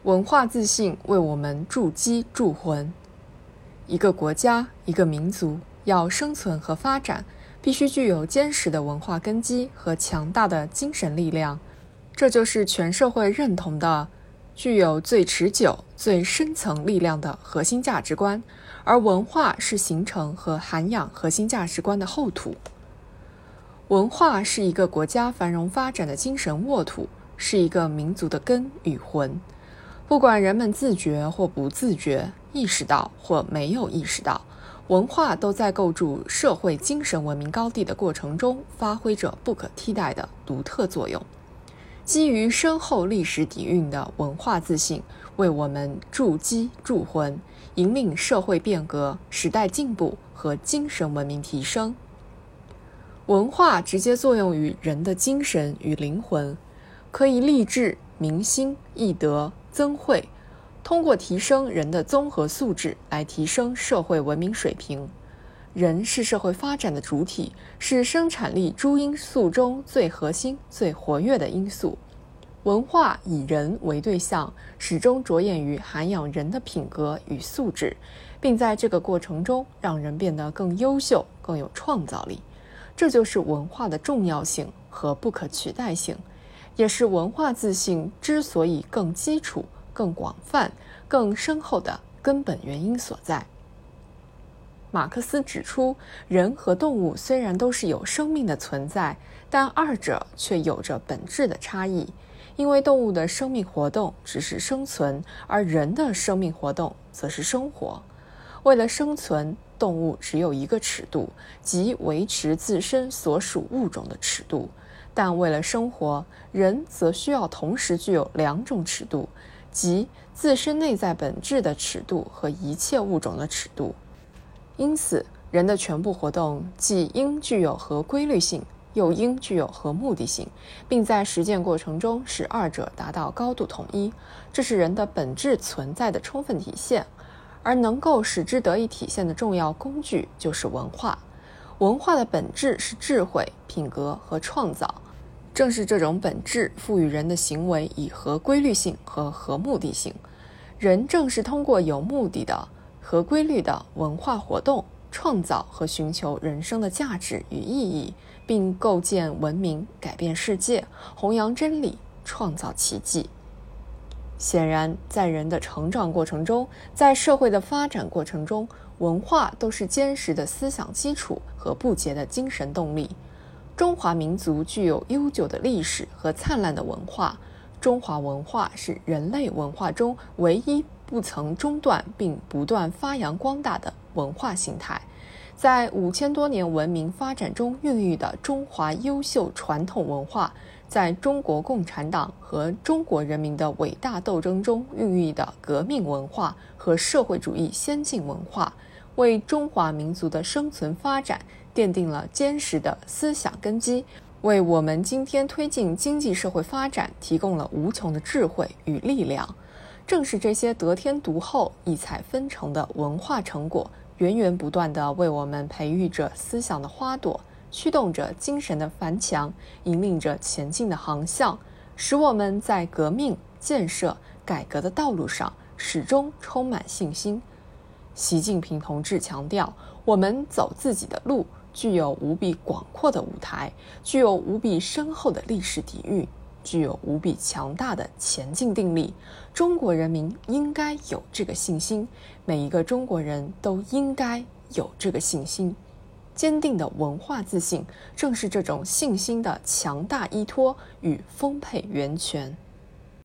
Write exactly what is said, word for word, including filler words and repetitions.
文化自信为我们筑基筑魂。一个国家、一个民族要生存和发展，必须具有坚实的文化根基和强大的精神力量，这就是全社会认同的具有最持久、最深层力量的核心价值观，而文化是形成和涵养核心价值观的后土。文化是一个国家繁荣发展的精神沃土，是一个民族的根与魂。不管人们自觉或不自觉，意识到或没有意识到，文化都在构筑社会精神文明高地的过程中发挥着不可替代的独特作用。基于深厚历史底蕴的文化自信，为我们筑基筑魂，引领社会变革、时代进步和精神文明提升。文化直接作用于人的精神与灵魂，可以励志、明心、益德、增慧，通过提升人的综合素质来提升社会文明水平。人是社会发展的主体，是生产力诸因素中最核心、最活跃的因素。文化以人为对象，始终着眼于涵养人的品格与素质，并在这个过程中让人变得更优秀、更有创造力。这就是文化的重要性和不可取代性，也是文化自信之所以更基础、更广泛、更深厚的根本原因所在。马克思指出，人和动物虽然都是有生命的存在，但二者却有着本质的差异，因为动物的生命活动只是生存，而人的生命活动则是生活。为了生存，动物只有一个尺度，即维持自身所属物种的尺度，但为了生活，人则需要同时具有两种尺度，即自身内在本质的尺度和一切物种的尺度。因此，人的全部活动既应具有合规律性，又应具有合目的性，并在实践过程中使二者达到高度统一，这是人的本质存在的充分体现。而能够使之得以体现的重要工具就是文化。文化的本质是智慧、品格和创造，正是这种本质赋予人的行为以合规律性和合目的性。人正是通过有目的的、合规律的文化活动，创造和寻求人生的价值与意义，并构建文明，改变世界，弘扬真理，创造奇迹。显然，在人的成长过程中，在社会的发展过程中，文化都是坚实的思想基础和不竭的精神动力。中华民族具有悠久的历史和灿烂的文化，中华文化是人类文化中唯一不曾中断并不断发扬光大的文化形态。在五千多年文明发展中孕育的中华优秀传统文化，在中国共产党和中国人民的伟大斗争中孕育的革命文化和社会主义先进文化，为中华民族的生存发展奠定了坚实的思想根基，为我们今天推进经济社会发展提供了无穷的智慧与力量。正是这些得天独厚、异彩纷呈的文化成果，源源不断地为我们培育着思想的花朵，驱动着精神的顽强，引领着前进的航向，使我们在革命、建设、改革的道路上始终充满信心。习近平同志强调，我们走自己的路，具有无比广阔的舞台，具有无比深厚的历史底蕴，具有无比强大的前进定力。中国人民应该有这个信心，每一个中国人都应该有这个信心。坚定的文化自信，正是这种信心的强大依托与丰沛源泉。